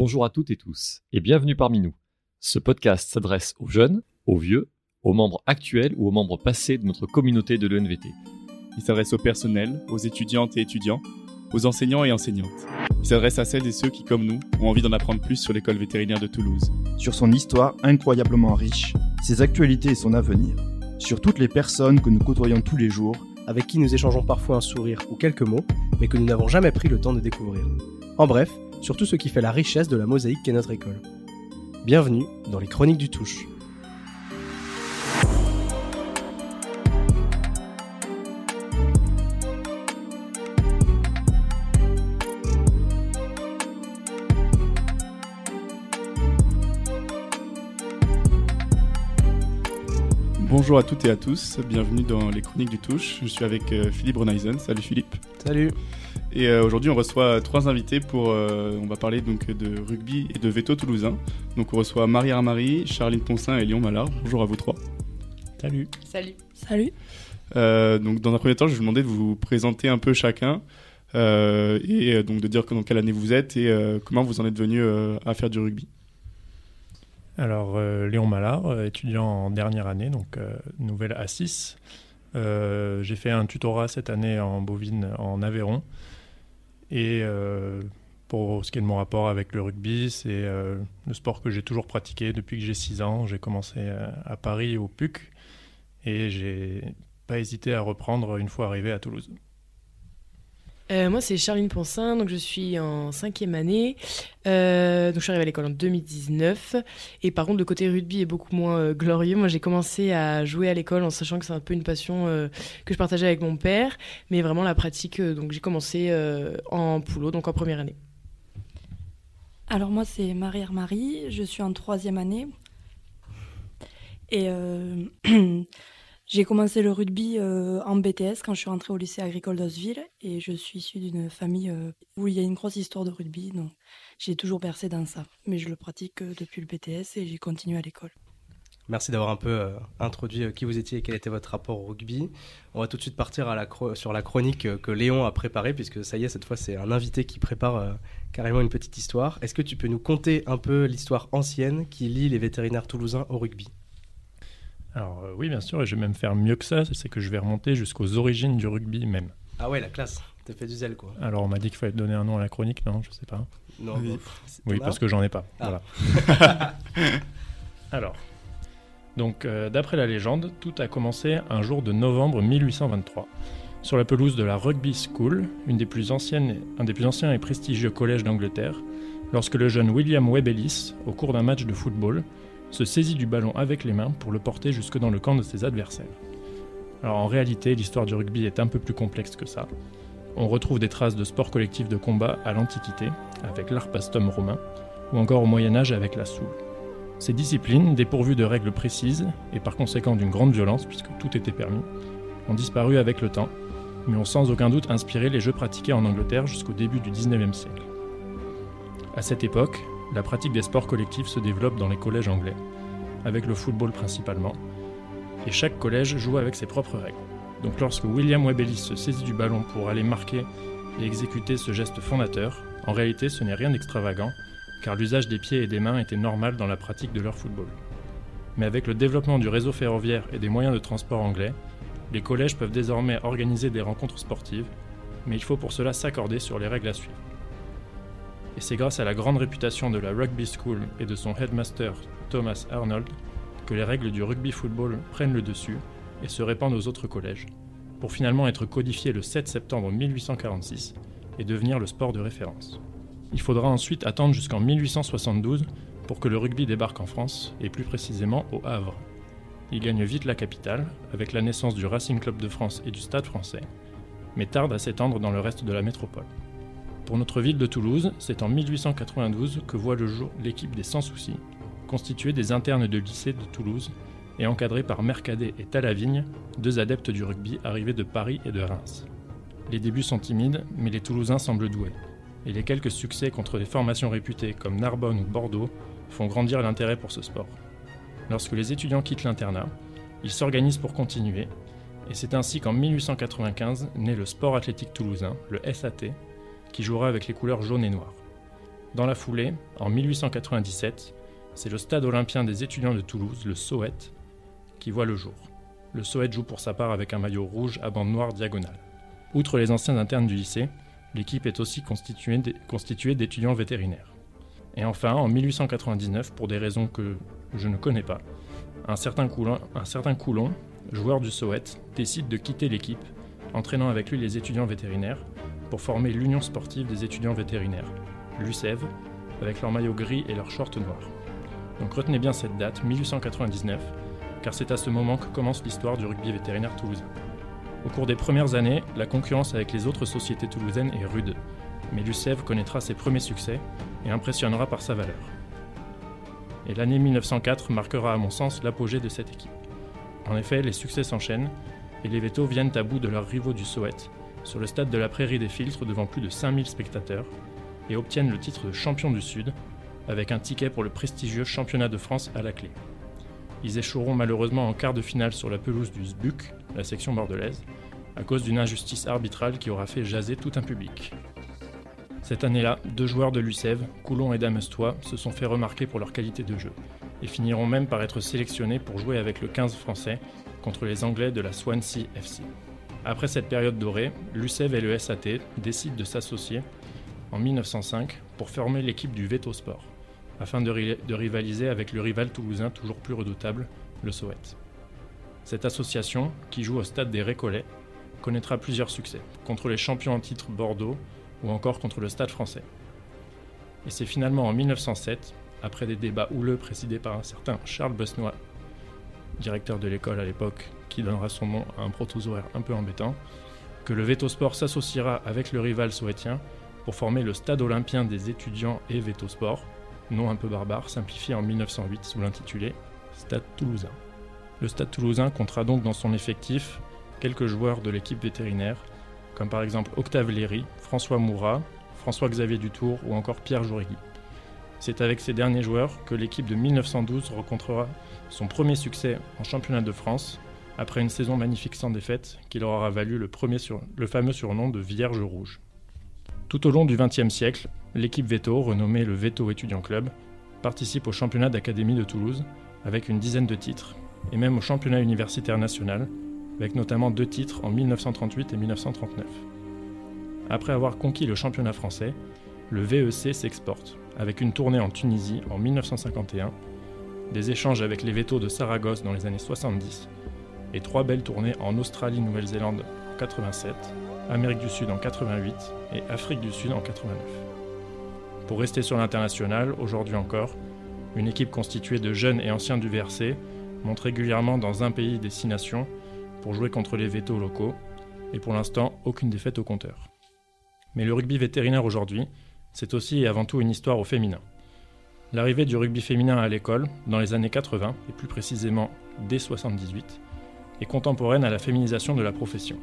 Bonjour à toutes et tous et bienvenue parmi nous. Ce podcast s'adresse aux jeunes, aux vieux, aux membres actuels ou aux membres passés de notre communauté de l'ENVT. Il s'adresse au personnel, aux étudiantes et étudiants, aux enseignants et enseignantes. Il s'adresse à celles et ceux qui, comme nous, ont envie d'en apprendre plus sur l'école vétérinaire de Toulouse. Sur son histoire incroyablement riche, ses actualités et son avenir. Sur toutes les personnes que nous côtoyons tous les jours, avec qui nous échangeons parfois un sourire ou quelques mots, mais que nous n'avons jamais pris le temps de découvrir. En bref, sur tout ce qui fait la richesse de la mosaïque qu'est notre école. Bienvenue dans les Chroniques du Touche. Bonjour à toutes et à tous, bienvenue dans les Chroniques du Touche. Je suis avec Philippe Renaisen. Salut Philippe. Salut. Et aujourd'hui on reçoit trois invités on va parler donc de rugby et de veto toulousain. Donc on reçoit Marie Armary, Charline Poncin et Léon Mallard. Bonjour à vous trois. Salut. Salut. Donc dans un premier temps je vais vous demander de vous présenter un peu chacun et donc de dire dans quelle année vous êtes et comment vous en êtes venu à faire du rugby. Alors, Léon Mallard, étudiant en dernière année, donc nouvelle A6. J'ai fait un tutorat cette année en bovine en Aveyron. Et pour ce qui est de mon rapport avec le rugby, c'est le sport que j'ai toujours pratiqué depuis que j'ai 6 ans. J'ai commencé à Paris au PUC et j'ai pas hésité à reprendre une fois arrivé à Toulouse. Moi, c'est Charline Poncin, donc je suis en 5e année. Donc je suis arrivée à l'école en 2019. Et par contre, le côté rugby est beaucoup moins glorieux. Moi, j'ai commencé à jouer à l'école en sachant que c'est un peu une passion que je partageais avec mon père. Mais vraiment, la pratique, donc j'ai commencé en poulot, donc en première année. Alors moi, c'est Marie Armary, je suis en 3e année. Et j'ai commencé le rugby en BTS quand je suis rentrée au lycée agricole d'Osville et je suis issue d'une famille où il y a une grosse histoire de rugby, donc j'ai toujours bercé dans ça. Mais je le pratique depuis le BTS et j'ai continué à l'école. Merci d'avoir un peu introduit qui vous étiez et quel était votre rapport au rugby. On va tout de suite partir sur la chronique que Léon a préparée, puisque ça y est, cette fois c'est un invité qui prépare carrément une petite histoire. Est-ce que tu peux nous conter un peu l'histoire ancienne qui lie les vétérinaires toulousains au rugby ? Alors oui, bien sûr, et je vais même faire mieux que ça, c'est que je vais remonter jusqu'aux origines du rugby même. Ah ouais, la classe, t'as fait du zèle quoi. Alors on m'a dit qu'il fallait donner un nom à la chronique, non, je sais pas. Non, oui, parce que j'en ai pas, Ah. voilà. Alors, donc d'après la légende, tout a commencé un jour de novembre 1823, sur la pelouse de la Rugby School, un des plus anciens et prestigieux collèges d'Angleterre, lorsque le jeune William Webb Ellis, au cours d'un match de football, se saisit du ballon avec les mains pour le porter jusque dans le camp de ses adversaires. Alors en réalité, l'histoire du rugby est un peu plus complexe que ça. On retrouve des traces de sports collectifs de combat à l'Antiquité, avec l'arpastum romain, ou encore au Moyen-Âge avec la soule. Ces disciplines, dépourvues de règles précises, et par conséquent d'une grande violence, puisque tout était permis, ont disparu avec le temps, mais ont sans aucun doute inspiré les jeux pratiqués en Angleterre jusqu'au début du XIXe siècle. À cette époque, la pratique des sports collectifs se développe dans les collèges anglais, avec le football principalement, et chaque collège joue avec ses propres règles. Donc lorsque William Webb Ellis se saisit du ballon pour aller marquer et exécuter ce geste fondateur, en réalité ce n'est rien d'extravagant, car l'usage des pieds et des mains était normal dans la pratique de leur football. Mais avec le développement du réseau ferroviaire et des moyens de transport anglais, les collèges peuvent désormais organiser des rencontres sportives, mais il faut pour cela s'accorder sur les règles à suivre. Et c'est grâce à la grande réputation de la Rugby School et de son headmaster Thomas Arnold que les règles du rugby football prennent le dessus et se répandent aux autres collèges, pour finalement être codifiées le 7 septembre 1846 et devenir le sport de référence. Il faudra ensuite attendre jusqu'en 1872 pour que le rugby débarque en France, et plus précisément au Havre. Il gagne vite la capitale, avec la naissance du Racing Club de France et du Stade français, mais tarde à s'étendre dans le reste de la métropole. Pour notre ville de Toulouse, c'est en 1892 que voit le jour l'équipe des Sans Soucis, constituée des internes de lycée de Toulouse et encadrée par Mercadet et Talavigne, 2 adeptes du rugby arrivés de Paris et de Reims. Les débuts sont timides, mais les Toulousains semblent doués, et les quelques succès contre des formations réputées comme Narbonne ou Bordeaux font grandir l'intérêt pour ce sport. Lorsque les étudiants quittent l'internat, ils s'organisent pour continuer, et c'est ainsi qu'en 1895 naît le sport athlétique toulousain, le SAT, qui jouera avec les couleurs jaune et noir. Dans la foulée, en 1897, c'est le stade olympien des étudiants de Toulouse, le SOET, qui voit le jour. Le SOET joue pour sa part avec un maillot rouge à bande noire diagonale. Outre les anciens internes du lycée, l'équipe est aussi constituée d'étudiants vétérinaires. Et enfin, en 1899, pour des raisons que je ne connais pas, un certain Coulon, joueur du SOET, décide de quitter l'équipe, entraînant avec lui les étudiants vétérinaires, pour former l'Union sportive des étudiants vétérinaires, l'USEV, avec leur maillot gris et leurs shorts noirs. Donc retenez bien cette date, 1899, car c'est à ce moment que commence l'histoire du rugby vétérinaire toulousain. Au cours des premières années, la concurrence avec les autres sociétés toulousaines est rude, mais l'USEV connaîtra ses premiers succès et impressionnera par sa valeur. Et l'année 1904 marquera à mon sens l'apogée de cette équipe. En effet, les succès s'enchaînent et les vétos viennent à bout de leurs rivaux du SOET sur le stade de la Prairie des Filtres devant plus de 5000 spectateurs et obtiennent le titre de champion du Sud avec un ticket pour le prestigieux championnat de France à la clé. Ils échoueront malheureusement en quart de finale sur la pelouse du SBUC, la section bordelaise, à cause d'une injustice arbitrale qui aura fait jaser tout un public. Cette année-là, 2 joueurs de l'USEV, Coulon et Damestois, se sont fait remarquer pour leur qualité de jeu, et finiront même par être sélectionnés pour jouer avec le 15 français contre les Anglais de la Swansea FC. Après cette période dorée, l'USEV et le SAT décident de s'associer en 1905 pour former l'équipe du Veto Sport, afin de rivaliser avec le rival toulousain toujours plus redoutable, le SOET. Cette association, qui joue au stade des Récollets, connaîtra plusieurs succès, contre les champions en titre Bordeaux ou encore contre le Stade français. Et c'est finalement en 1907, après des débats houleux présidés par un certain Charles Besnois, directeur de l'école à l'époque, qui donnera son nom à un protozoaire un peu embêtant, que le Veto Sport s'associera avec le rival soétien pour former le Stade olympien des étudiants et Veto Sport, nom un peu barbare, simplifié en 1908 sous l'intitulé Stade Toulousain. Le Stade Toulousain comptera donc dans son effectif quelques joueurs de l'équipe vétérinaire, comme par exemple Octave Léry, François Mourat, François-Xavier Dutour ou encore Pierre Jaurégui. C'est avec ces derniers joueurs que l'équipe de 1912 rencontrera son premier succès en championnat de France, après une saison magnifique sans défaite qui leur aura valu le fameux surnom de Vierge Rouge. Tout au long du XXe siècle, l'équipe Veto, renommée le Veto Étudiant Club, participe au championnat d'académie de Toulouse avec une dizaine de titres, et même au championnat universitaire national, avec notamment 2 titres en 1938 et 1939. Après avoir conquis le championnat français, le VEC s'exporte, avec une tournée en Tunisie en 1951, des échanges avec les Vétos de Saragosse dans les années 70, et 3 belles tournées en Australie, Nouvelle-Zélande en 87, Amérique du Sud en 88 et Afrique du Sud en 89. Pour rester sur l'international, aujourd'hui encore, une équipe constituée de jeunes et anciens du VRC monte régulièrement dans un pays des 6 nations pour jouer contre les vétos locaux, et pour l'instant, aucune défaite au compteur. Mais le rugby vétérinaire aujourd'hui, c'est aussi et avant tout une histoire au féminin. L'arrivée du rugby féminin à l'école, dans les années 80, et plus précisément dès 78, est contemporaine à la féminisation de la profession.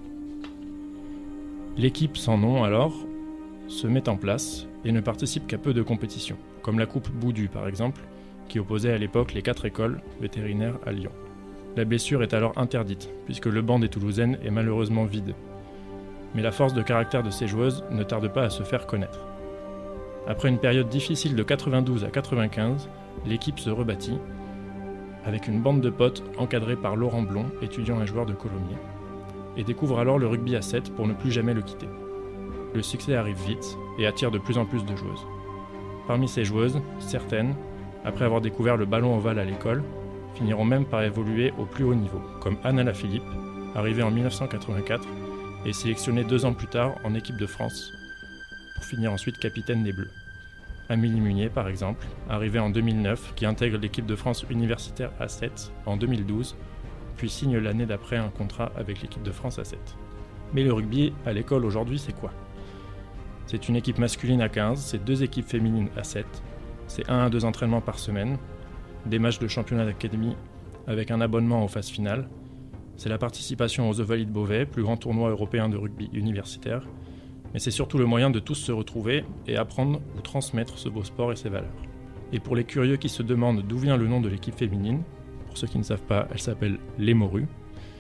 L'équipe sans nom, alors, se met en place et ne participe qu'à peu de compétitions, comme la Coupe Boudu par exemple, qui opposait à l'époque les 4 écoles vétérinaires à Lyon. La blessure est alors interdite, puisque le banc des Toulousaines est malheureusement vide. Mais la force de caractère de ces joueuses ne tarde pas à se faire connaître. Après une période difficile de 92 à 95, l'équipe se rebâtit, avec une bande de potes encadrée par Laurent Blond, étudiant et joueur de Colomiers, et découvre alors le rugby à 7 pour ne plus jamais le quitter. Le succès arrive vite et attire de plus en plus de joueuses. Parmi ces joueuses, certaines, après avoir découvert le ballon ovale à l'école, finiront même par évoluer au plus haut niveau, comme Anna Lafilippe, arrivée en 1984 et sélectionnée 2 ans plus tard en équipe de France, pour finir ensuite capitaine des Bleus. Amélie Munier, par exemple, arrivée en 2009, qui intègre l'équipe de France universitaire A7 en 2012, puis signe l'année d'après un contrat avec l'équipe de France A7. Mais le rugby à l'école aujourd'hui, c'est quoi ? C'est une équipe masculine à 15, c'est 2 équipes féminines à 7, c'est 1 à 2 entraînements par semaine, des matchs de championnat d'académie avec un abonnement aux phases finales, c'est la participation aux Ovalides Beauvais, plus grand tournoi européen de rugby universitaire, mais c'est surtout le moyen de tous se retrouver et apprendre ou transmettre ce beau sport et ses valeurs. Et pour les curieux qui se demandent d'où vient le nom de l'équipe féminine, pour ceux qui ne savent pas, elle s'appelle les Morues,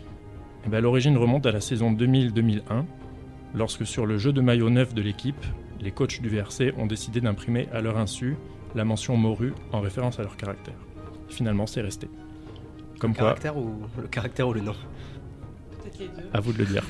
l'origine remonte à la saison 2000-2001, lorsque sur le jeu de maillot neuf de l'équipe, les coachs du VRC ont décidé d'imprimer à leur insu la mention morue en référence à leur caractère. Finalement, c'est resté. Comme quoi, Le caractère ou le nom? Peut-être les deux. à vous de le dire.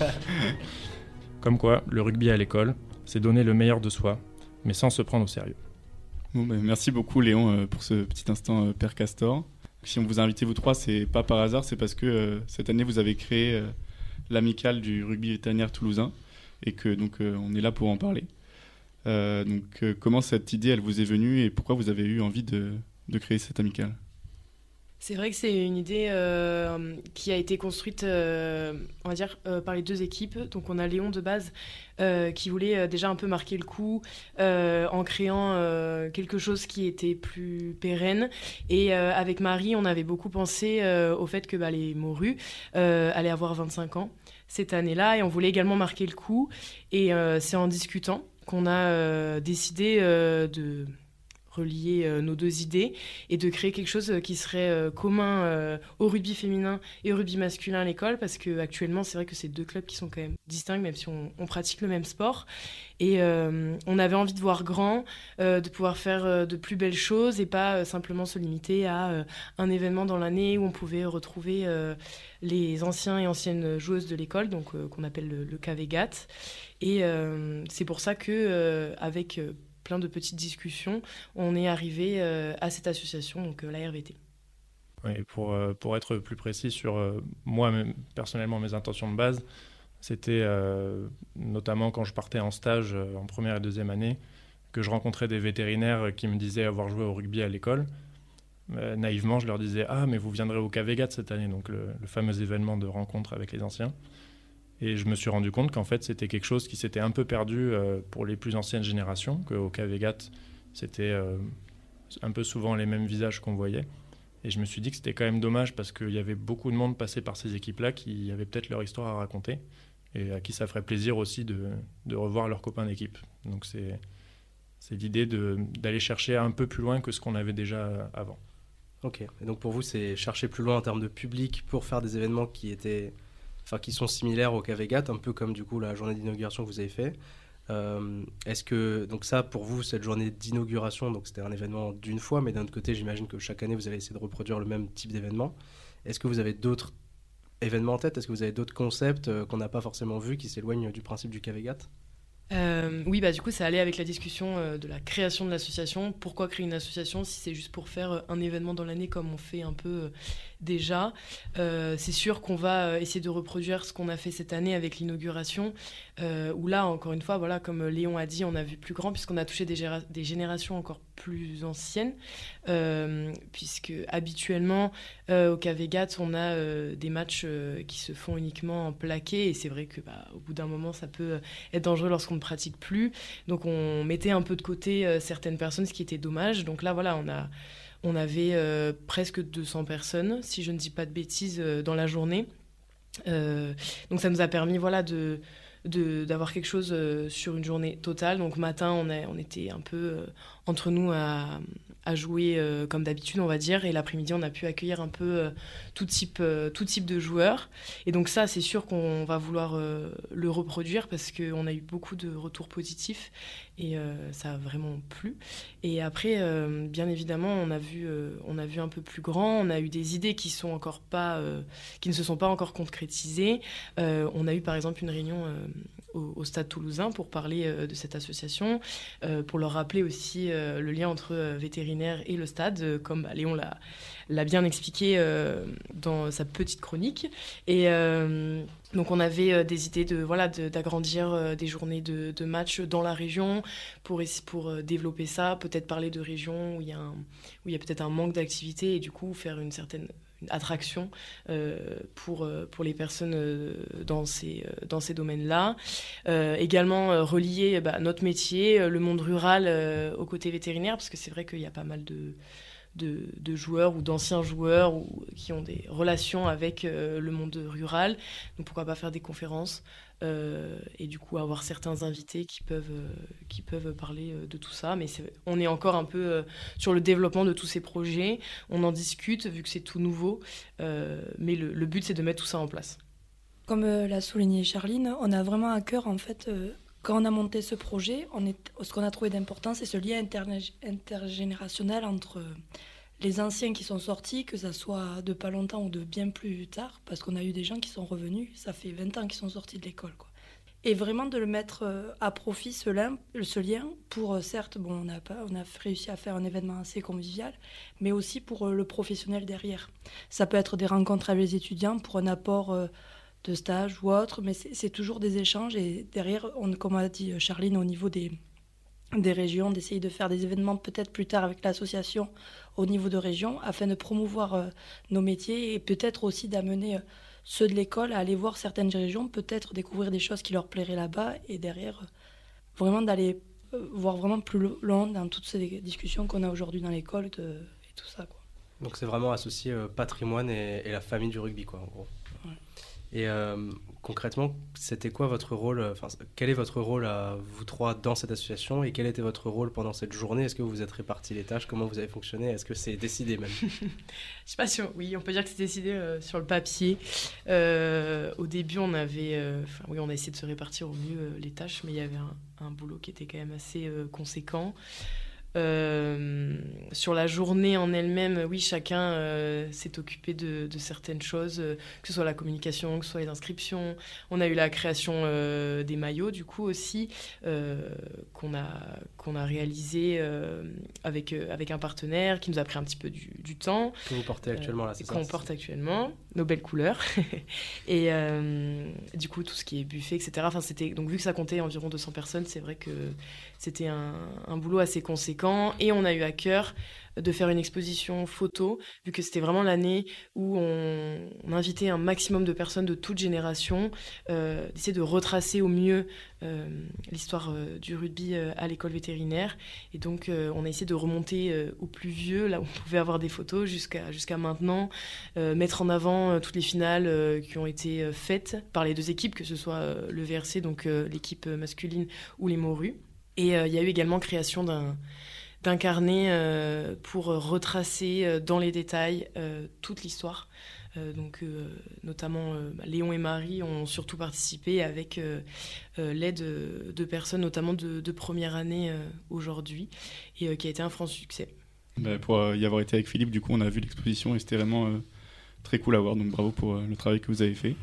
Comme quoi, le rugby à l'école, c'est donner le meilleur de soi, mais sans se prendre au sérieux. Bon, merci beaucoup Léon pour ce petit instant Père Castor. Si on vous a invité vous trois, c'est pas par hasard, c'est parce que cette année vous avez créé l'amicale du rugby vétérinaire toulousain et que donc on est là pour en parler. Comment cette idée elle vous est venue et pourquoi vous avez eu envie de créer cette amicale? C'est vrai que c'est une idée qui a été construite, on va dire, par les deux équipes. Donc on a Léon de base qui voulait déjà un peu marquer le coup en créant quelque chose qui était plus pérenne. Et avec Marie, on avait beaucoup pensé au fait que les morues allaient avoir 25 ans cette année-là. Et on voulait également marquer le coup. Et c'est en discutant qu'on a décidé de relier nos deux idées et de créer quelque chose qui serait commun au rugby féminin et au rugby masculin à l'école, parce qu'actuellement c'est vrai que c'est deux clubs qui sont quand même distincts même si on pratique le même sport, et on avait envie de voir grand, de pouvoir faire de plus belles choses et pas simplement se limiter à un événement dans l'année où on pouvait retrouver les anciens et anciennes joueuses de l'école, donc qu'on appelle le KVGAT, et c'est pour ça que avec plein de petites discussions, on est arrivé à cette association, donc la RVT. Oui, pour être plus précis sur moi, personnellement, mes intentions de base, c'était notamment quand je partais en stage en première et deuxième année, que je rencontrais des vétérinaires qui me disaient avoir joué au rugby à l'école. Naïvement, je leur disais « Ah, mais vous viendrez au KVGAT cette année », donc le fameux événement de rencontre avec les anciens. Et je me suis rendu compte qu'en fait, c'était quelque chose qui s'était un peu perdu pour les plus anciennes générations, qu'au KVGAT, c'était un peu souvent les mêmes visages qu'on voyait. Et je me suis dit que c'était quand même dommage parce qu'il y avait beaucoup de monde passé par ces équipes-là qui avaient peut-être leur histoire à raconter et à qui ça ferait plaisir aussi de revoir leurs copains d'équipe. Donc c'est l'idée d'aller chercher un peu plus loin que ce qu'on avait déjà avant. Ok, et donc pour vous, c'est chercher plus loin en termes de public pour faire des événements qui sont similaires au KVGAT, un peu comme du coup la journée d'inauguration que vous avez fait. Est-ce que, donc ça pour vous, cette journée d'inauguration, donc c'était un événement d'une fois, mais d'un autre côté j'imagine que chaque année vous avez essayé de reproduire le même type d'événement. Est-ce que vous avez d'autres événements en tête? Est-ce que vous avez d'autres concepts qu'on n'a pas forcément vus qui s'éloignent du principe du KVGAT? Oui, du coup, ça allait avec la discussion de la création de l'association. Pourquoi créer une association si c'est juste pour faire un événement dans l'année comme on fait un peu déjà? C'est sûr qu'on va essayer de reproduire ce qu'on a fait cette année avec l'inauguration, où là, encore une fois, voilà, comme Léon a dit, on a vu plus grand puisqu'on a touché des générations encore plus anciennes, puisque habituellement, au KVGAT, on a des matchs qui se font uniquement en plaqué, et c'est vrai que au bout d'un moment, ça peut être dangereux lorsqu'on ne pratique plus. Donc on mettait un peu de côté certaines personnes, ce qui était dommage. Donc là, voilà, on avait presque 200 personnes, si je ne dis pas de bêtises, dans la journée. Donc ça nous a permis, voilà, d'avoir quelque chose sur une journée totale. Donc matin, on était un peu entre nous à jouer comme d'habitude, on va dire, et l'après-midi on a pu accueillir un peu tout type de joueurs, et donc ça c'est sûr qu'on va vouloir le reproduire parce qu'on a eu beaucoup de retours positifs et ça a vraiment plu. Et après bien évidemment on a vu un peu plus grand, on a eu des idées qui ne se sont pas encore concrétisées. On a eu par exemple une réunion au Stade Toulousain pour parler de cette association, pour leur rappeler aussi le lien entre vétérinaire et le stade, comme Léon l'a bien expliqué dans sa petite chronique. Et donc on avait des idées d'agrandir des journées de matchs dans la région pour développer ça, peut-être parler de régions où il y a peut-être un manque d'activité et du coup faire une certaine attraction pour les personnes dans ces domaines-là. Également relier notre métier, le monde rural au côté vétérinaire, parce que c'est vrai qu'il y a pas mal de joueurs ou d'anciens joueurs qui ont des relations avec le monde rural. Donc pourquoi pas faire des conférences et du coup avoir certains invités qui peuvent parler de tout ça. Mais on est encore un peu sur le développement de tous ces projets. On en discute vu que c'est tout nouveau. Mais le but, c'est de mettre tout ça en place. Comme l'a souligné Charline, on a vraiment à cœur en fait Quand on a monté ce projet, ce qu'on a trouvé d'important, c'est ce lien intergénérationnel entre les anciens qui sont sortis, que ça soit de pas longtemps ou de bien plus tard, parce qu'on a eu des gens qui sont revenus, ça fait 20 ans qu'ils sont sortis de l'école, quoi. Et vraiment de le mettre à profit, ce lien pour, certes, on a réussi à faire un événement assez convivial, mais aussi pour le professionnel derrière. Ça peut être des rencontres avec les étudiants pour un apport de stage ou autre, mais c'est toujours des échanges. Et derrière, comme a dit Charline, au niveau des régions, d'essayer de faire des événements peut-être plus tard avec l'association au niveau de région, afin de promouvoir nos métiers et peut-être aussi d'amener ceux de l'école à aller voir certaines régions, peut-être découvrir des choses qui leur plairaient là-bas, et derrière, vraiment d'aller voir vraiment plus loin dans toutes ces discussions qu'on a aujourd'hui dans l'école et tout ça, quoi. Donc c'est vraiment associé patrimoine et la famille du rugby, quoi, en gros. Ouais. Et concrètement, c'était quoi votre rôle, quel est votre rôle à vous trois dans cette association, et quel était votre rôle pendant cette journée? Est-ce que vous vous êtes répartis les tâches? Comment vous avez fonctionné? Est-ce que c'est décidé même? Je sais pas si oui, on peut dire que c'est décidé sur le papier. Au début, on a essayé de se répartir au mieux les tâches, mais il y avait un boulot qui était quand même assez conséquent. Sur la journée en elle-même, oui, chacun s'est occupé de certaines choses, que ce soit la communication, que ce soit les inscriptions. On a eu la création des maillots, du coup, aussi, qu'on a réalisé avec un partenaire qui nous a pris un petit peu du temps. Que vous portez actuellement, là, c'est ça? Qu'on porte actuellement, nos belles couleurs. Et du coup, tout ce qui est buffet, etc. Enfin, donc, vu que ça comptait environ 200 personnes, c'est vrai que c'était un boulot assez conséquent. Et on a eu à cœur de faire une exposition photo, vu que c'était vraiment l'année où on invitait un maximum de personnes de toutes générations, d'essayer de retracer au mieux l'histoire du rugby à l'école vétérinaire. Et donc, on a essayé de remonter au plus vieux, là où on pouvait avoir des photos, jusqu'à maintenant, mettre en avant toutes les finales qui ont été faites par les deux équipes, que ce soit le VRC, donc l'équipe masculine, ou les morues. Et il y a eu également création d'un carnet pour retracer dans les détails toute l'histoire. Notamment, Léon et Marie ont surtout participé avec l'aide de personnes, notamment de première année aujourd'hui, et qui a été un franc succès. Pour y avoir été avec Philippe, du coup, on a vu l'exposition et c'était vraiment très cool à voir. Donc bravo pour le travail que vous avez fait.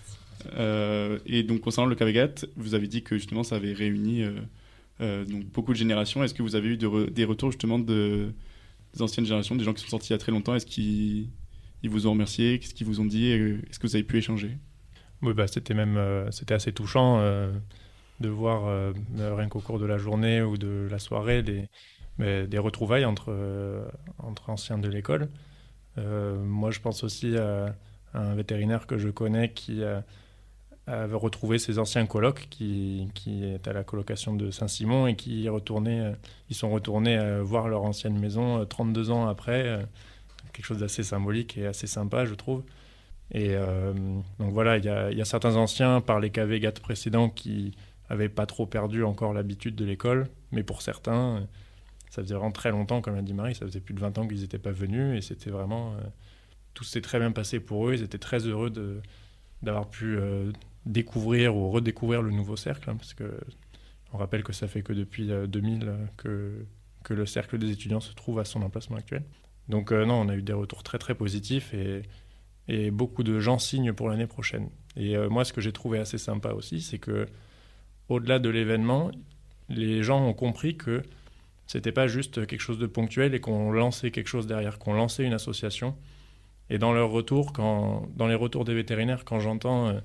Et donc concernant le KV4, vous avez dit que justement ça avait réuni donc beaucoup de générations. Est-ce que vous avez eu des retours justement des anciennes générations, des gens qui sont sortis il y a très longtemps? Est-ce qu'ils vous ont remercié? Qu'est-ce qu'ils vous ont dit? Est-ce que vous avez pu échanger? Oui, c'était assez touchant de voir rien qu'au cours de la journée ou de la soirée des retrouvailles entre anciens de l'école. Moi, je pense aussi à un vétérinaire que je connais qui avait retrouvé ses anciens colocs qui étaient à la colocation de Saint-Simon et qui ils sont retournés voir leur ancienne maison 32 ans après. Quelque chose d'assez symbolique et assez sympa, je trouve. Et donc voilà, il y a certains anciens par les KV4 précédents qui n'avaient pas trop perdu encore l'habitude de l'école, mais pour certains, ça faisait vraiment très longtemps, comme l'a dit Marie, ça faisait plus de 20 ans qu'ils n'étaient pas venus, et c'était vraiment... tout s'est très bien passé pour eux, ils étaient très heureux d'avoir pu découvrir ou redécouvrir le nouveau cercle, hein, parce qu'on rappelle que ça fait que depuis 2000 que le cercle des étudiants se trouve à son emplacement actuel. Donc non, on a eu des retours très très positifs et beaucoup de gens signent pour l'année prochaine. Et moi, ce que j'ai trouvé assez sympa aussi, c'est que au-delà de l'événement, les gens ont compris que c'était pas juste quelque chose de ponctuel et qu'on lançait quelque chose derrière, qu'on lançait une association. Et dans les retours des vétérinaires, quand j'entends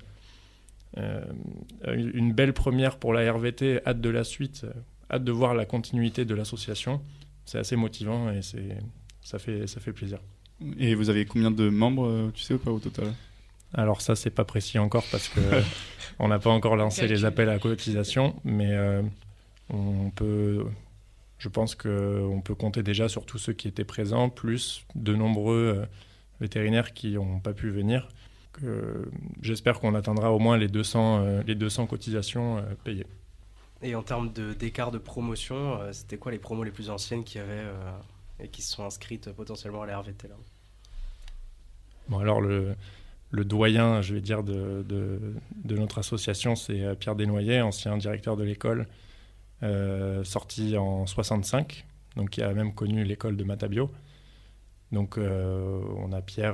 une belle première pour la RVT, hâte de la suite, hâte de voir la continuité de l'association, c'est assez motivant et ça fait plaisir. Et vous avez combien de membres, tu sais ou pas, au total? Alors ça, c'est pas précis encore parce que on n'a pas encore lancé les appels à cotisation, mais je pense qu'on peut compter déjà sur tous ceux qui étaient présents, plus de nombreux vétérinaires qui n'ont pas pu venir. J'espère qu'on atteindra au moins les 200 cotisations payées. Et en termes d'écart de promotion, c'était quoi les promos les plus anciennes qui avaient et qui se sont inscrites potentiellement à la RVT là? Bon, alors le doyen, je vais dire, de notre association, c'est Pierre Desnoyers, ancien directeur de l'école, sorti en 65, donc qui a même connu l'école de Matabio. Donc on a Pierre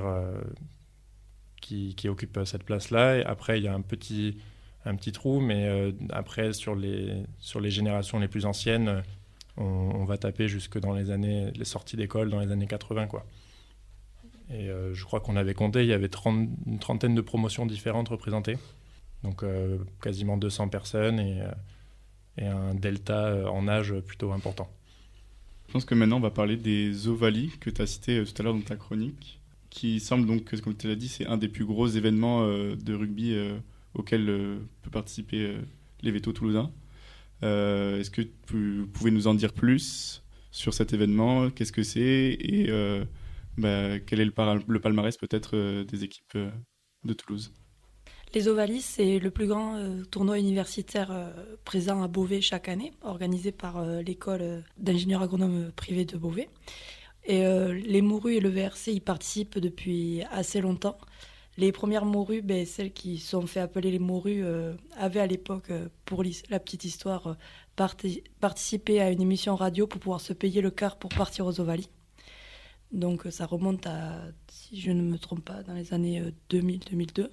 qui occupe cette place-là. Et après, il y a un petit trou, mais après, sur les générations les plus anciennes, on va taper jusque dans les sorties d'école dans les années 80, quoi. Et je crois qu'on avait compté, il y avait une trentaine de promotions différentes représentées. Donc quasiment 200 personnes et un delta en âge plutôt important. Je pense que maintenant, on va parler des Ovalis que tu as cités tout à l'heure dans ta chronique, qui semble donc, comme tu l'as dit, c'est un des plus gros événements de rugby auquel peut participer les Vétos toulousains. Est-ce que vous pouvez nous en dire plus sur cet événement? Qu'est-ce que c'est? Et quel est le palmarès peut-être des équipes de Toulouse? Les Ovalis, c'est le plus grand tournoi universitaire présent à Beauvais chaque année, organisé par l'école d'ingénieurs agronomes privée de Beauvais. Et les Mourus et le VRC y participent depuis assez longtemps. Les premières Mourus, celles qui sont fait appeler les Mourus, avaient à l'époque, pour la petite histoire, participé à une émission radio pour pouvoir se payer le quart pour partir aux Ovalis. Donc ça remonte à, si je ne me trompe pas, dans les années 2000-2002.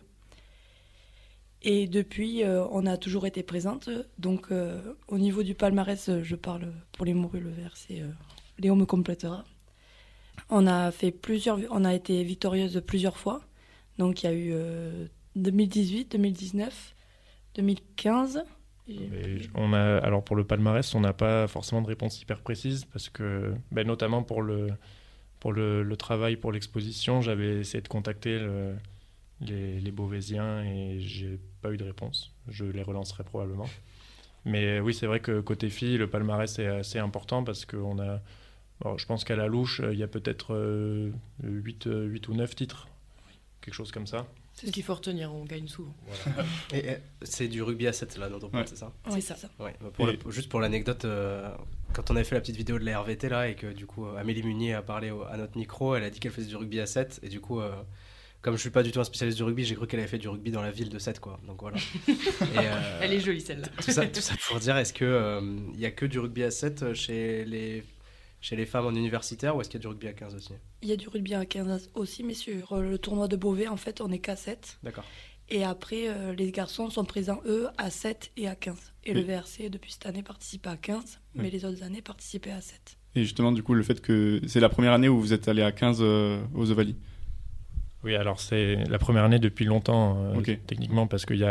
Et depuis, on a toujours été présente. Donc au niveau du palmarès, je parle pour les Mourus, le VRC, Léon me complétera. On a été victorieuse plusieurs fois. Donc il y a eu 2018, 2019, 2015. Alors pour le palmarès, on n'a pas forcément de réponse hyper précise parce que, notamment pour le travail, pour l'exposition, j'avais essayé de contacter les Beauvaisiens et j'ai pas eu de réponse. Je les relancerai probablement. Mais oui, c'est vrai que côté filles, le palmarès est assez important parce qu'on a, je pense qu'à la louche, il y a peut-être 8 ou 9 titres. Quelque chose comme ça. C'est ce qu'il faut retenir, on gagne souvent. Voilà. Et c'est du rugby à 7 là dont on parle, c'est ça? Oui, c'est ça. Ouais. Juste pour l'anecdote, quand on avait fait la petite vidéo de la RVT là et que du coup Amélie Munier a parlé à notre micro, elle a dit qu'elle faisait du rugby à 7 et du coup comme je suis pas du tout un spécialiste du rugby, j'ai cru qu'elle avait fait du rugby dans la ville de 7 quoi. Donc voilà. Elle est jolie celle-là. Tout ça pour dire, est-ce que il y a que du rugby à 7 chez les femmes en universitaire ou est-ce qu'il y a du rugby à 15 aussi? Il y a du rugby à 15 aussi, mais sur le tournoi de Beauvais, en fait, on est qu'à 7. D'accord. Et après, les garçons sont présents, eux, à 7 et à 15. Et le VRC, depuis cette année, participe à 15, mais les autres années, participaient à 7. Et justement, du coup, le fait que c'est la première année où vous êtes allé à 15 aux Ovalis? Oui, alors c'est la première année depuis longtemps, techniquement, parce que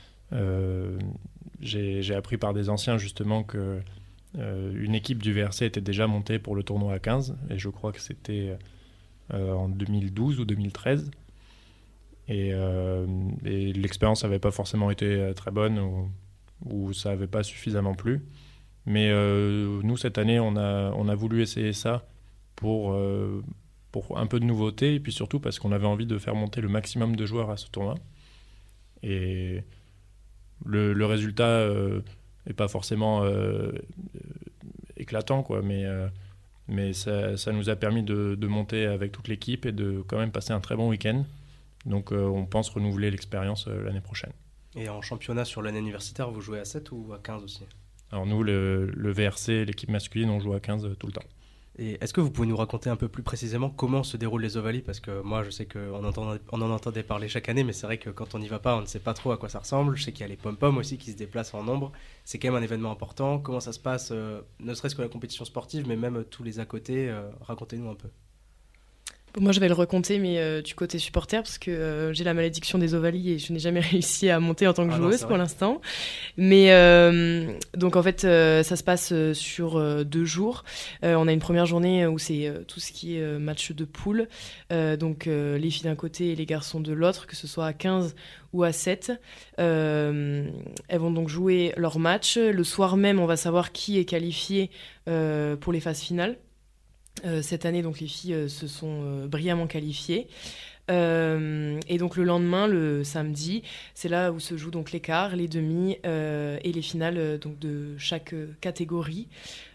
j'ai appris par des anciens, justement, que une équipe du VRC était déjà montée pour le tournoi à 15, et je crois que c'était en 2012 ou 2013. Et l'expérience n'avait pas forcément été très bonne, ou ça n'avait pas suffisamment plu. Mais nous, cette année, on a voulu essayer ça pour un peu de nouveauté, et puis surtout parce qu'on avait envie de faire monter le maximum de joueurs à ce tournoi. Et le résultat n'est pas forcément éclatant, quoi, mais ça nous a permis de monter avec toute l'équipe et de quand même passer un très bon week-end. Donc on pense renouveler l'expérience l'année prochaine. Et en championnat sur l'année universitaire, vous jouez à 7 ou à 15 aussi? Alors nous, le VRC, l'équipe masculine, on joue à 15 tout le temps. Et est-ce que vous pouvez nous raconter un peu plus précisément comment se déroulent les Ovalis? Parce que moi, je sais qu'on en entendait parler chaque année, mais c'est vrai que quand on n'y va pas, on ne sait pas trop à quoi ça ressemble. Je sais qu'il y a les pom-pom aussi qui se déplacent en nombre. C'est quand même un événement important. Comment ça se passe, ne serait-ce que la compétition sportive, mais même tous les à côté? Racontez-nous un peu. Moi, je vais le raconter, mais du côté supporter, parce que j'ai la malédiction des Ovalis et je n'ai jamais réussi à monter en tant que joueuse pour l'instant. Mais donc, en fait, ça se passe sur 2 jours. On a une première journée où c'est tout ce qui est match de poule. Donc, les filles d'un côté et les garçons de l'autre, que ce soit à 15 ou à 7. Elles vont donc jouer leur match. Le soir même, on va savoir qui est qualifié pour les phases finales. Cette année, donc, les filles se sont brillamment qualifiées. Et donc le lendemain, le samedi, c'est là où se jouent donc les quarts, les demi et les finales donc de chaque catégorie.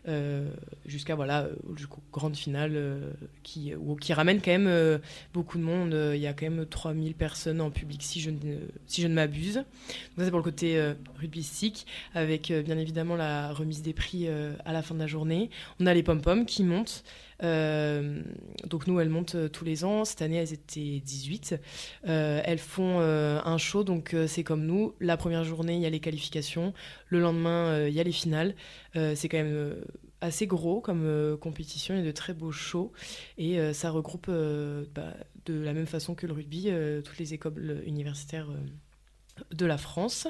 jusqu'à jusqu'aux grandes finales qui ramènent quand même beaucoup de monde. Il y a quand même 3000 personnes en public si je ne m'abuse. Donc ça c'est pour le côté rugbystique, avec bien évidemment la remise des prix à la fin de la journée. On a les pom-poms qui montent. Donc nous elles montent tous les ans. Cette année elles étaient 18. Elles font un show, donc c'est comme nous, la première journée il y a les qualifications, le lendemain il y a les finales. C'est quand même assez gros comme compétition, il y a de très beaux shows et ça regroupe de la même façon que le rugby toutes les écoles universitaires de la France.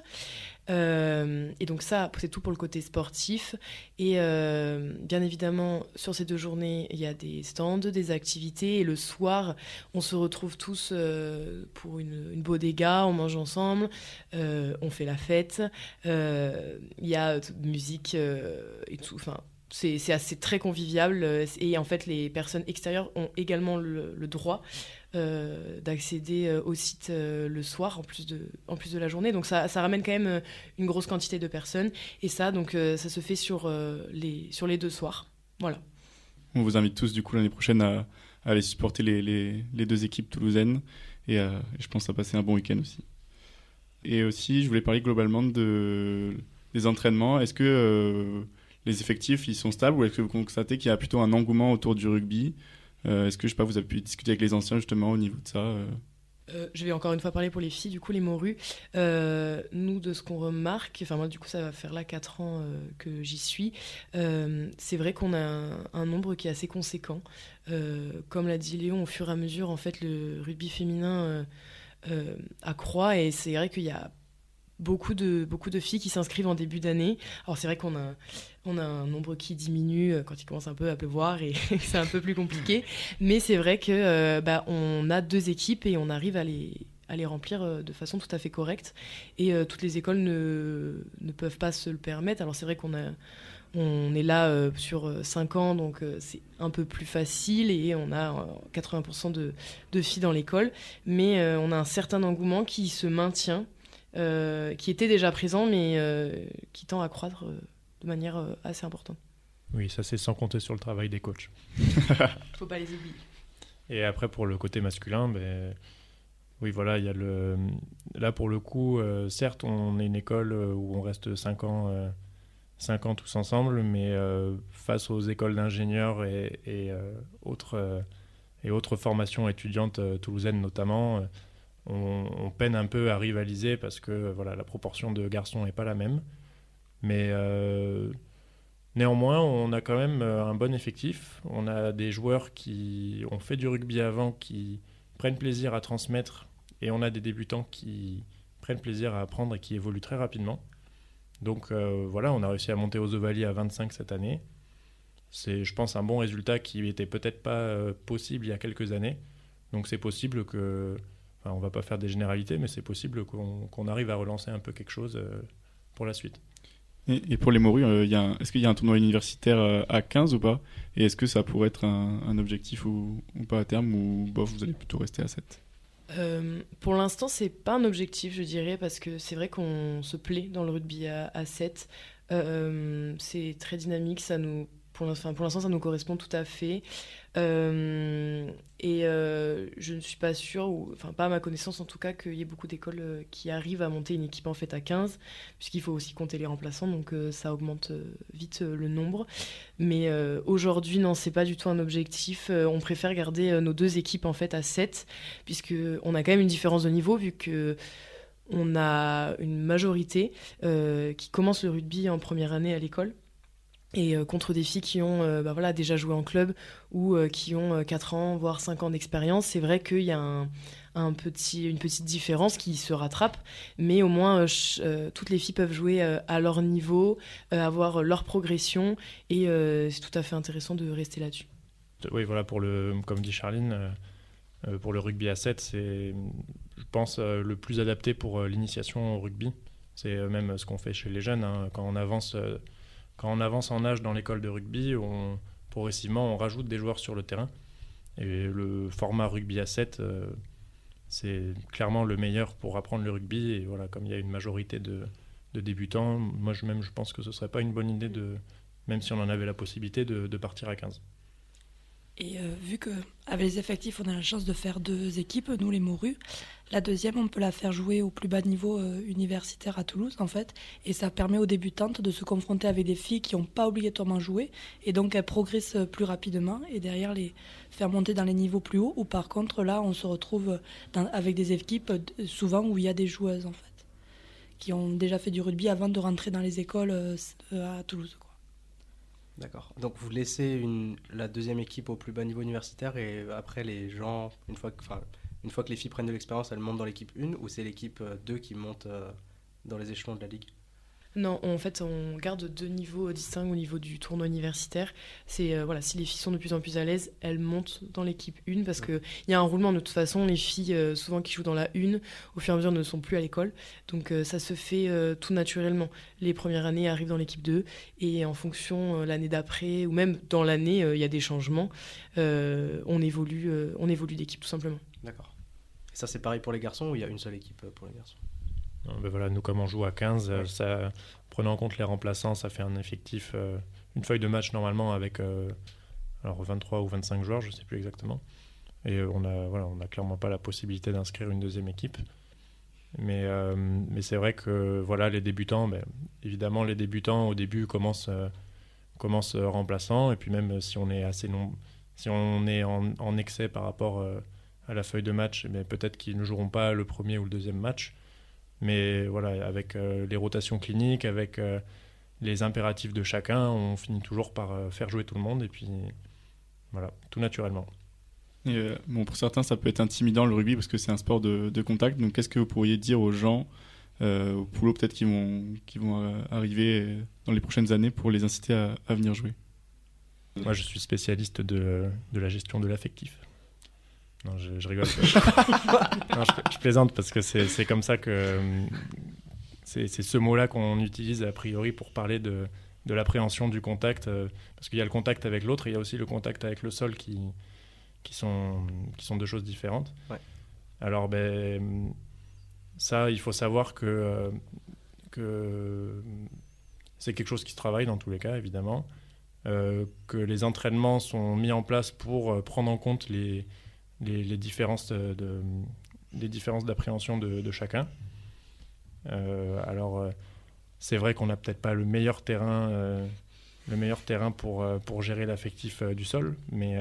Et donc ça, c'est tout pour le côté sportif. Et bien évidemment, sur ces 2 journées, il y a des stands, des activités. Et le soir, on se retrouve tous pour une bodega, on mange ensemble, on fait la fête. Il y a musique et tout. Enfin, c'est assez très convivial. Et en fait, les personnes extérieures ont également le droit d'accéder au site le soir en plus de la journée, donc ça ramène quand même une grosse quantité de personnes et ça donc ça se fait sur les 2 soirs. Voilà. On vous invite tous du coup l'année prochaine à aller supporter les 2 équipes toulousaines et je pense à passer un bon week-end aussi. Et aussi je voulais parler globalement des entraînements. Est-ce que les effectifs ils sont stables ou est-ce que vous constatez qu'il y a plutôt un engouement autour du rugby? Est-ce que, je sais pas, vous avez pu discuter avec les anciens justement au niveau de ça Je vais encore une fois parler pour les filles, du coup les morues. Nous, de ce qu'on remarque, enfin moi du coup ça va faire là 4 ans que j'y suis, c'est vrai qu'on a un nombre qui est assez conséquent. Comme l'a dit Léon, au fur et à mesure, en fait, le rugby féminin accroît et c'est vrai qu'il y a beaucoup de filles qui s'inscrivent en début d'année. Alors c'est vrai qu'on a un nombre qui diminue quand il commence un peu à pleuvoir et que c'est un peu plus compliqué. Mais c'est vrai que on a 2 équipes et on arrive à les remplir de façon tout à fait correcte. Et toutes les écoles ne peuvent pas se le permettre. Alors c'est vrai qu'on est là sur 5 ans, donc c'est un peu plus facile et on a 80% de filles dans l'école. Mais on a un certain engouement qui se maintient. Qui était déjà présent, mais qui tend à croître de manière assez importante. Oui, ça c'est sans compter sur le travail des coachs. Faut pas les oublier. Et après, pour le côté masculin, oui, voilà, il y a là pour le coup, certes, on est une école où on reste 5 ans tous ensemble, mais face aux écoles d'ingénieurs et autres formations étudiantes toulousaines notamment, on peine un peu à rivaliser parce que la proportion de garçons n'est pas la même. Mais néanmoins, on a quand même un bon effectif. On a des joueurs qui ont fait du rugby avant, qui prennent plaisir à transmettre, et on a des débutants qui prennent plaisir à apprendre et qui évoluent très rapidement. Donc on a réussi à monter aux Ovalies à 25 cette année. C'est, je pense, un bon résultat qui n'était peut-être pas possible il y a quelques années. Donc c'est possible que... on ne va pas faire des généralités, mais c'est possible qu'on arrive à relancer un peu quelque chose pour la suite. Et pour les morues, est-ce qu'il y a un tournoi universitaire à 15 ou pas? Et est-ce que ça pourrait être un objectif ou pas à terme, ou bof, vous allez plutôt rester à 7? Pour l'instant, c'est pas un objectif, je dirais, parce que c'est vrai qu'on se plaît dans le rugby à 7. C'est très dynamique, pour l'instant, ça nous correspond tout à fait. Je ne suis pas sûre, pas à ma connaissance en tout cas, qu'il y ait beaucoup d'écoles qui arrivent à monter une équipe en fait à 15, puisqu'il faut aussi compter les remplaçants, donc ça augmente vite le nombre. Mais aujourd'hui, non, c'est pas du tout un objectif. On préfère garder nos 2 équipes en fait à 7, puisqu'on a quand même une différence de niveau, vu que on a une majorité qui commence le rugby en première année à l'école. Et contre des filles qui ont déjà joué en club ou qui ont 4 ans, voire 5 ans d'expérience, c'est vrai qu'il y a une petite différence qui se rattrape, mais au moins toutes les filles peuvent jouer à leur niveau, avoir leur progression, et c'est tout à fait intéressant de rester là-dessus. Oui, voilà, comme dit Charline, pour le rugby à 7, c'est, je pense, le plus adapté pour l'initiation au rugby. C'est même ce qu'on fait chez les jeunes, hein, quand on avance en âge dans l'école de rugby, progressivement, on rajoute des joueurs sur le terrain. Et le format rugby à 7, c'est clairement le meilleur pour apprendre le rugby. Et voilà, comme il y a une majorité de débutants, moi je pense que ce ne serait pas une bonne idée de même si on en avait la possibilité de partir à 15. Et vu qu'avec les effectifs, on a la chance de faire 2 équipes, nous les morues, la deuxième, on peut la faire jouer au plus bas niveau universitaire à Toulouse, en fait. Et ça permet aux débutantes de se confronter avec des filles qui n'ont pas obligatoirement joué. Et donc, elles progressent plus rapidement. Et derrière, les faire monter dans les niveaux plus hauts. Ou par contre, là, on se retrouve avec des équipes, souvent, où il y a des joueuses, en fait, qui ont déjà fait du rugby avant de rentrer dans les écoles à Toulouse, quoi. D'accord. Donc vous laissez la deuxième équipe au plus bas niveau universitaire et après les gens, une fois que les filles prennent de l'expérience, elles montent dans l'équipe 1 ou c'est l'équipe 2 qui monte dans les échelons de la ligue ? Non, en fait, on garde 2 niveaux distincts au niveau du tournoi universitaire. C'est voilà, si les filles sont de plus en plus à l'aise, elles montent dans l'équipe 1 parce qu'il y a un roulement de toute façon. Les filles, souvent qui jouent dans la 1, au fur et à mesure ne sont plus à l'école. Donc ça se fait tout naturellement. Les premières années arrivent dans l'équipe 2 et en fonction l'année d'après ou même dans l'année, il y a des changements. On évolue d'équipe tout simplement. D'accord. Et ça c'est pareil pour les garçons ou il y a une seule équipe pour les garçons ? Ben voilà, nous, comme on joue à 15, ça, prenant en compte les remplaçants, ça fait un effectif, une feuille de match normalement avec 23 ou 25 joueurs, je ne sais plus exactement. Et on n'a clairement pas la possibilité d'inscrire une deuxième équipe. Mais c'est vrai que voilà, les débutants, évidemment, les débutants au début commencent remplaçants. Et puis même si on est si on est en excès par rapport à la feuille de match, peut-être qu'ils ne joueront pas le premier ou le deuxième match. Mais voilà, avec les rotations cliniques, avec les impératifs de chacun, on finit toujours par faire jouer tout le monde et puis voilà, tout naturellement. Et pour certains, ça peut être intimidant le rugby parce que c'est un sport de contact. Donc, qu'est-ce que vous pourriez dire aux gens, aux poulots peut-être qui vont arriver dans les prochaines années pour les inciter à venir jouer ? Moi, je suis spécialiste de la gestion de l'affectif. Non, je rigole. Non, je plaisante parce que c'est comme ça que c'est ce mot-là qu'on utilise a priori pour parler de l'appréhension du contact, parce qu'il y a le contact avec l'autre et il y a aussi le contact avec le sol qui sont 2 choses différentes. Ouais. Alors ça, il faut savoir que c'est quelque chose qui se travaille dans tous les cas, évidemment, que les entraînements sont mis en place pour prendre en compte les différences d'appréhension de chacun. Alors, c'est vrai qu'on n'a peut-être pas le meilleur terrain pour gérer l'affectif du sol, mais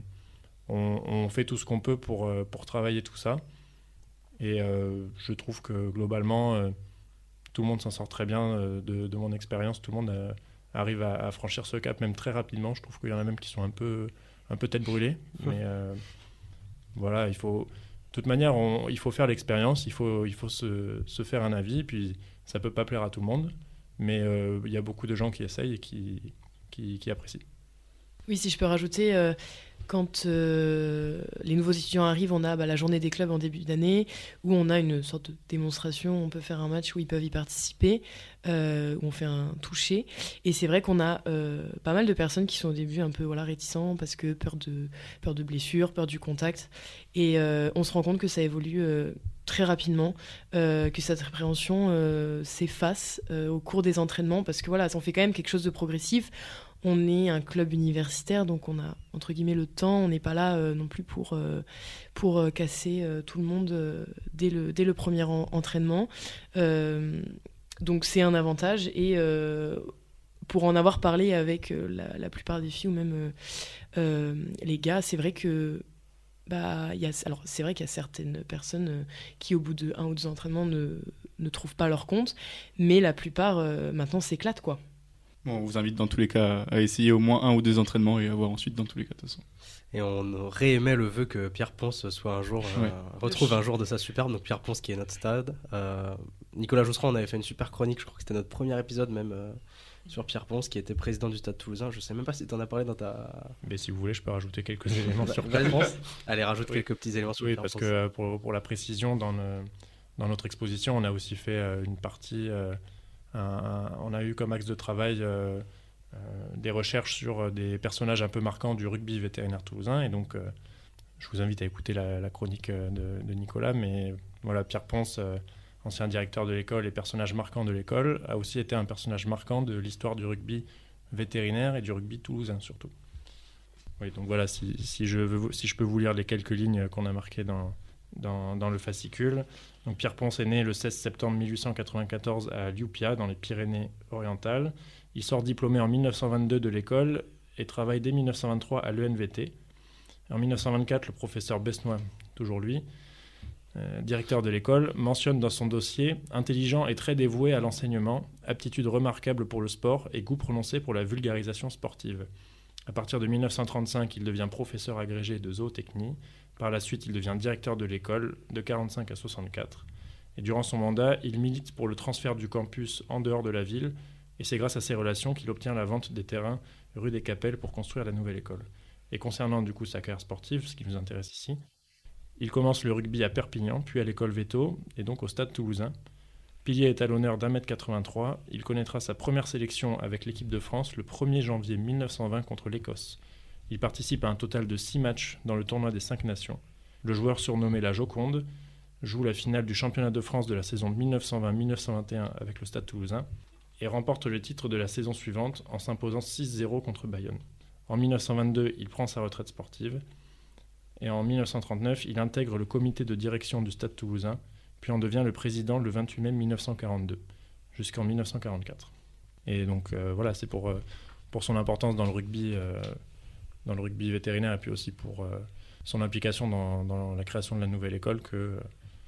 on fait tout ce qu'on peut pour travailler tout ça. Et je trouve que globalement, tout le monde s'en sort très bien de mon expérience. Tout le monde arrive à franchir ce cap, même très rapidement. Je trouve qu'il y en a même qui sont un peu tête brûlée, mais voilà, de toute manière, il faut faire l'expérience, il faut se faire un avis, puis ça peut pas plaire à tout le monde, mais il y a beaucoup de gens qui essayent et qui apprécient. Oui, si je peux rajouter, quand les nouveaux étudiants arrivent, on a la journée des clubs en début d'année, où on a une sorte de démonstration, on peut faire un match où ils peuvent y participer, où on fait un toucher. Et c'est vrai qu'on a pas mal de personnes qui sont au début un peu réticents, parce que peur de blessures, peur du contact. Et on se rend compte que ça évolue très rapidement, que cette appréhension s'efface au cours des entraînements, parce que on fait quand même quelque chose de progressif. On est un club universitaire, donc on a, entre guillemets, le temps. On n'est pas là non plus pour casser tout le monde dès le premier entraînement. Donc c'est un avantage. Et pour en avoir parlé avec la plupart des filles ou même les gars, c'est vrai que c'est vrai qu'il y a certaines personnes qui, au bout de 1 ou 2 entraînements, ne trouvent pas leur compte. Mais la plupart, maintenant, s'éclatent, quoi. Bon, on vous invite dans tous les cas à essayer au moins 1 ou 2 entraînements et à voir ensuite dans tous les cas de toute façon. Et on réémet le vœu que Pierre Ponce soit un jour retrouve un jour de sa superbe. Donc Pierre Ponce qui est notre stade. Nicolas Jousserand, on avait fait une super chronique, je crois que c'était notre premier épisode même sur Pierre Ponce qui était président du Stade Toulousain. Je sais même pas si tu en as parlé dans ta... Mais si vous voulez, je peux rajouter quelques éléments sur Pierre Ponce. Allez, rajoute quelques petits éléments sur Pierre Ponce. Oui, parce que pour la précision, dans notre exposition, on a aussi fait une partie... on a eu comme axe de travail des recherches sur des personnages un peu marquants du rugby vétérinaire toulousain. Et donc, je vous invite à écouter la chronique de Nicolas. Mais voilà, Pierre Ponce, ancien directeur de l'école et personnage marquant de l'école, a aussi été un personnage marquant de l'histoire du rugby vétérinaire et du rugby toulousain surtout. Oui, donc voilà, si je peux vous lire les quelques lignes qu'on a marquées dans le fascicule. Donc Pierre Ponce est né le 16 septembre 1894 à Llupia, dans les Pyrénées-Orientales. Il sort diplômé en 1922 de l'école et travaille dès 1923 à l'ENVT. En 1924, le professeur Besnois, toujours lui, directeur de l'école, mentionne dans son dossier « Intelligent et très dévoué à l'enseignement, aptitude remarquable pour le sport et goût prononcé pour la vulgarisation sportive ». À partir de 1935, il devient professeur agrégé de zootechnie. Par la suite, il devient directeur de l'école de 1945 à 1964. Et durant son mandat, il milite pour le transfert du campus en dehors de la ville. Et c'est grâce à ses relations qu'il obtient la vente des terrains rue des Capelles pour construire la nouvelle école. Et concernant du coup sa carrière sportive, ce qui nous intéresse ici, il commence le rugby à Perpignan, puis à l'école Véto, et donc au Stade Toulousain. Pilier est à l'honneur d'1m83. Il connaîtra sa première sélection avec l'équipe de France le 1er janvier 1920 contre l'Écosse. Il participe à un total de 6 matchs dans le tournoi des 5 nations. Le joueur surnommé la Joconde joue la finale du championnat de France de la saison 1920-1921 avec le Stade Toulousain et remporte le titre de la saison suivante en s'imposant 6-0 contre Bayonne. En 1922, il prend sa retraite sportive et en 1939, il intègre le comité de direction du Stade Toulousain, puis en devient le président le 28 mai 1942, jusqu'en 1944. Et donc voilà, c'est pour son importance dans le rugby vétérinaire et puis aussi pour son implication dans la création de la nouvelle école que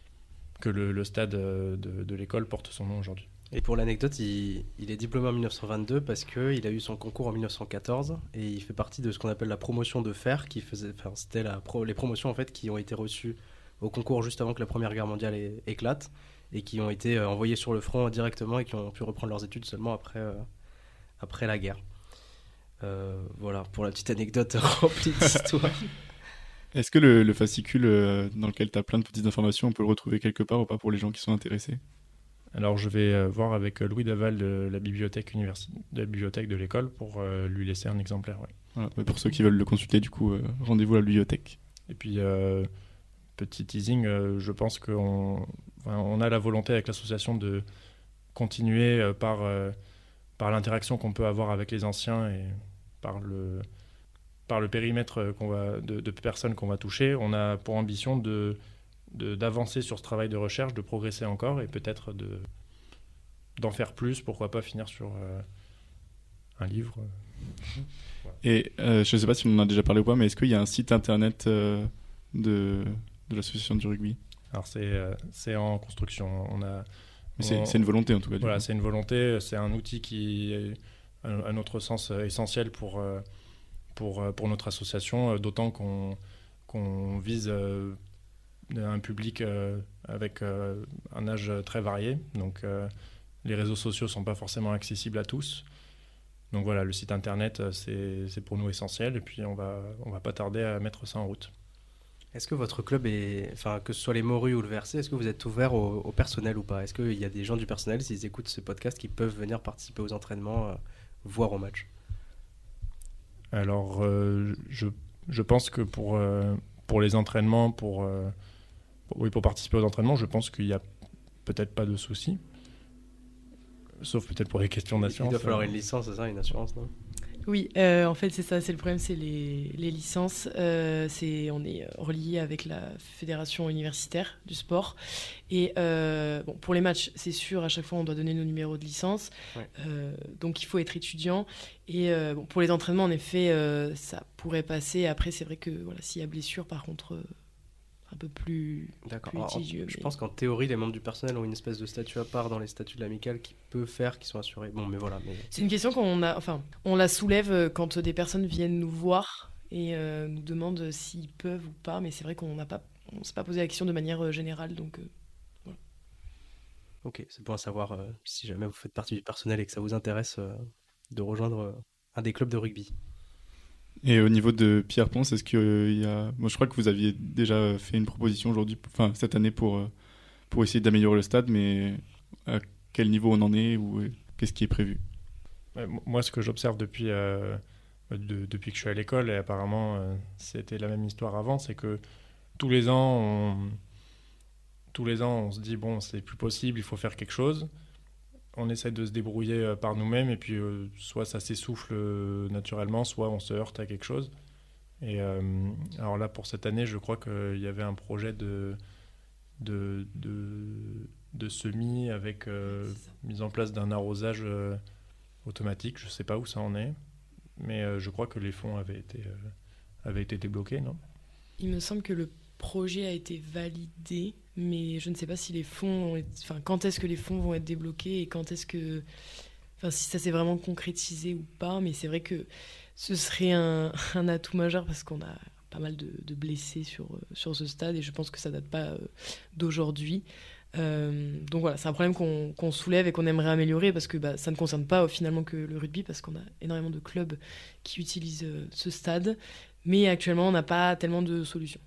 le stade de l'école porte son nom aujourd'hui. Et pour l'anecdote, il est diplômé en 1922 parce qu'il a eu son concours en 1914 et il fait partie de ce qu'on appelle la promotion de fer, c'était les promotions en fait qui ont été reçues au concours juste avant que la Première Guerre mondiale éclate et qui ont été envoyés sur le front directement et qui ont pu reprendre leurs études seulement après la guerre. Voilà, pour la petite anecdote remplie d'histoire. Est-ce que le fascicule dans lequel tu as plein de petites informations, on peut le retrouver quelque part ou pas pour les gens qui sont intéressés ? Alors je vais voir avec Louis Daval de la bibliothèque de l'école pour lui laisser un exemplaire. Ouais. Voilà, pour ceux qui veulent le consulter, du coup, rendez-vous à la bibliothèque. Et puis, petit teasing, je pense qu'on a la volonté avec l'association de continuer par l'interaction qu'on peut avoir avec les anciens et par le périmètre de personnes qu'on va toucher. On a pour ambition d'avancer sur ce travail de recherche, de progresser encore et peut-être d'en faire plus, pourquoi pas finir sur un livre. Voilà. Et je ne sais pas si on en a déjà parlé ou pas, mais est-ce qu'il y a un site internet de l'association du rugby ? Alors c'est en construction. C'est une volonté en tout cas. Voilà, c'est une volonté, c'est un outil qui est à notre sens essentiel pour notre association, d'autant qu'on vise un public avec un âge très varié. Donc les réseaux sociaux ne sont pas forcément accessibles à tous. Donc voilà, le site internet, c'est pour nous essentiel et puis on va pas tarder à mettre ça en route. Est-ce que votre club que ce soit les Morues ou le VRC, est-ce que vous êtes ouvert au personnel ou pas ? Est-ce qu'il y a des gens du personnel, s'ils écoutent ce podcast, qui peuvent venir participer aux entraînements, voire aux matchs ? Alors, je pense que pour les entraînements, pour participer aux entraînements, je pense qu'il n'y a peut-être pas de souci. Sauf peut-être pour les questions d'assurance. Il doit falloir une licence, c'est ça, une assurance, non ? Oui, en fait c'est ça, c'est le problème, c'est les licences. On est relié avec la fédération universitaire du sport. Et pour les matchs, c'est sûr, à chaque fois on doit donner nos numéros de licence. Ouais. Donc il faut être étudiant. Et pour les entraînements, en effet, ça pourrait passer. Après, c'est vrai que s'il y a blessure, par contre, un peu plus litigieux. Je pense qu'en théorie, les membres du personnel ont une espèce de statut à part dans les statuts de l'amicale qui peut faire qu'ils sont assurés. Bon, mais voilà. C'est une question on la soulève quand des personnes viennent nous voir et nous demandent s'ils peuvent ou pas. Mais c'est vrai qu'on s'est pas posé la question de manière générale, donc voilà. Ok, c'est bon à savoir si jamais vous faites partie du personnel et que ça vous intéresse de rejoindre un des clubs de rugby. Et au niveau de Pierre Ponce, est-ce qu'il y a... Moi, je crois que vous aviez déjà fait une proposition cette année pour essayer d'améliorer le stade, mais à quel niveau on en est ou qu'est-ce qui est prévu ? Moi, ce que j'observe depuis que je suis à l'école, et apparemment c'était la même histoire avant, c'est que tous les ans, on se dit bon, c'est plus possible, il faut faire quelque chose. on essaie de se débrouiller par nous-mêmes, et puis soit ça s'essouffle naturellement, soit on se heurte à quelque chose. Et alors là, pour cette année, je crois qu'il y avait un projet de semis avec mise en place d'un arrosage automatique. Je ne sais pas où ça en est, mais je crois que les fonds avaient été débloqués, non ? Il me semble que le projet a été validé, mais je ne sais pas si les fonds quand est-ce que les fonds vont être débloqués et quand est-ce que... si ça s'est vraiment concrétisé ou pas, mais c'est vrai que ce serait un atout majeur parce qu'on a pas mal de blessés sur ce stade et je pense que ça date pas d'aujourd'hui. Donc voilà, c'est un problème qu'on soulève et qu'on aimerait améliorer parce que ça ne concerne pas finalement que le rugby parce qu'on a énormément de clubs qui utilisent ce stade, mais actuellement on n'a pas tellement de solutions.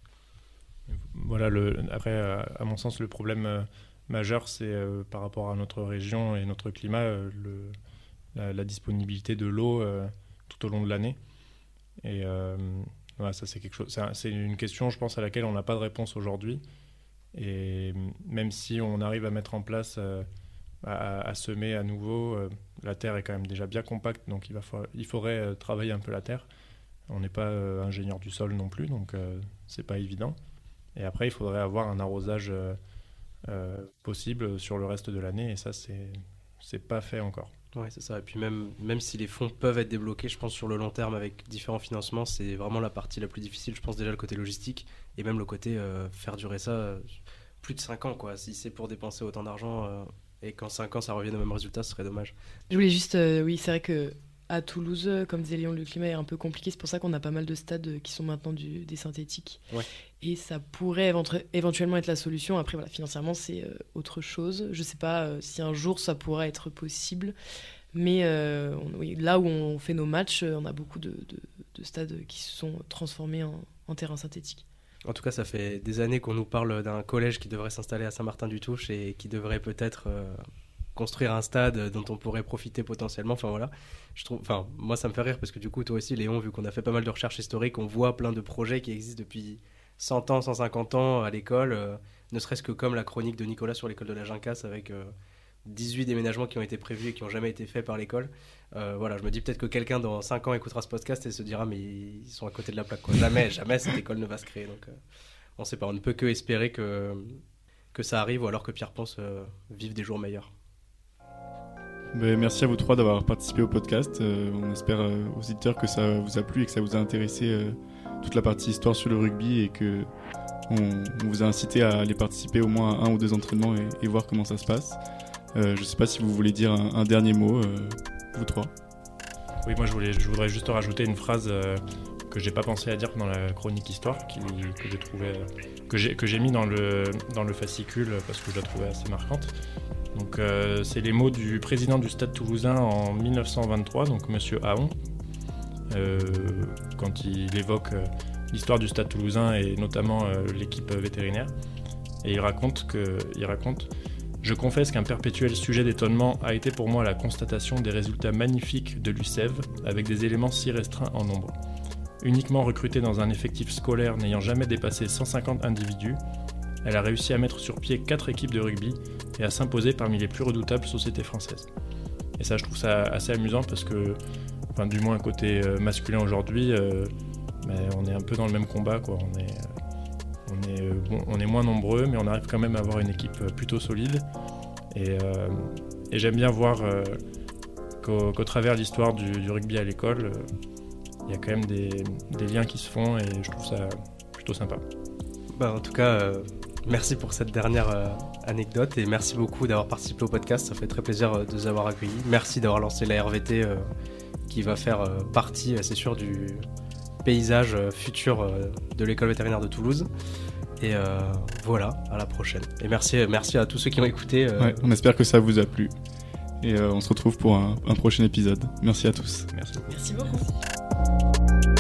Voilà, après, à mon sens, le problème majeur, c'est par rapport à notre région et notre climat, la disponibilité de l'eau tout au long de l'année. Et voilà, ça, c'est quelque chose. C'est une question, je pense, à laquelle on n'a pas de réponse aujourd'hui. Et même si on arrive à mettre en place, à semer à nouveau, la terre est quand même déjà bien compacte, donc il faudrait travailler un peu la terre. On n'est pas ingénieur du sol non plus, donc c'est pas évident. Et après, il faudrait avoir un arrosage possible sur le reste de l'année, et ça, c'est pas fait encore. Ouais, c'est ça. Et puis même si les fonds peuvent être débloqués, je pense sur le long terme avec différents financements, c'est vraiment la partie la plus difficile. Je pense déjà le côté logistique et même le côté faire durer ça plus de 5 ans, quoi. Si c'est pour dépenser autant d'argent et qu'en 5 ans ça revienne au même résultat, ce serait dommage. Je voulais juste, oui, c'est vrai que à Toulouse, comme disait Léon, le climat est un peu compliqué. C'est pour ça qu'on a pas mal de stades qui sont maintenant des synthétiques. Ouais. Et ça pourrait éventuellement être la solution. Après, voilà, financièrement, c'est autre chose. Je ne sais pas si un jour ça pourrait être possible. Mais oui, là où on fait nos matchs, on a beaucoup de stades qui se sont transformés en terrain synthétique. En tout cas, ça fait des années qu'on nous parle d'un collège qui devrait s'installer à Saint-Martin-du-Touche et qui devrait peut-être... construire un stade dont on pourrait profiter potentiellement. Enfin voilà, moi ça me fait rire parce que du coup toi aussi Léon, vu qu'on a fait pas mal de recherches historiques, on voit plein de projets qui existent depuis 100 ans, 150 ans à l'école, ne serait-ce que comme la chronique de Nicolas sur l'école de la Gincasse avec 18 déménagements qui ont été prévus et qui n'ont jamais été faits par l'école. Voilà, je me dis peut-être que quelqu'un dans 5 ans écoutera ce podcast et se dira mais ils sont à côté de la plaque, quoi. Jamais cette école ne va se créer, donc on sait pas, on ne peut que espérer que ça arrive ou alors que Pierreponce vive des jours meilleurs. Merci à vous trois d'avoir participé au podcast. On espère aux auditeurs que ça vous a plu et que ça vous a intéressé toute la partie histoire sur le rugby et que on vous a incité à aller participer au moins à 1 ou 2 entraînements et voir comment ça se passe. Je ne sais pas si vous voulez dire un dernier mot, vous trois. Oui, moi je voudrais juste rajouter une phrase que j'ai pas pensé à dire dans la chronique histoire que j'ai trouvé, que j'ai mis dans le fascicule parce que je la trouvais assez marquante. Donc c'est les mots du président du Stade Toulousain en 1923, donc Monsieur Aon, quand il évoque l'histoire du Stade Toulousain et notamment l'équipe vétérinaire. Et il raconte « Je confesse qu'un perpétuel sujet d'étonnement a été pour moi la constatation des résultats magnifiques de l'UCEV avec des éléments si restreints en nombre. Uniquement recrutée dans un effectif scolaire n'ayant jamais dépassé 150 individus, elle a réussi à mettre sur pied 4 équipes de rugby et à s'imposer parmi les plus redoutables sociétés françaises. » Et ça, je trouve ça assez amusant parce que, enfin, du moins côté masculin aujourd'hui, on est un peu dans le même combat, quoi. On est moins nombreux, mais on arrive quand même à avoir une équipe plutôt solide. Et j'aime bien voir qu'au travers de l'histoire du rugby à l'école, il y a quand même des liens qui se font et je trouve ça plutôt sympa. En tout cas... Merci pour cette dernière anecdote et merci beaucoup d'avoir participé au podcast, ça fait très plaisir de vous avoir accueillis. Merci d'avoir lancé la RVT qui va faire partie, c'est sûr, du paysage futur de l'école vétérinaire de Toulouse. Et voilà, à la prochaine. Et merci à tous ceux qui ont écouté. Ouais, on espère que ça vous a plu. Et on se retrouve pour un prochain épisode. Merci à tous. Merci beaucoup.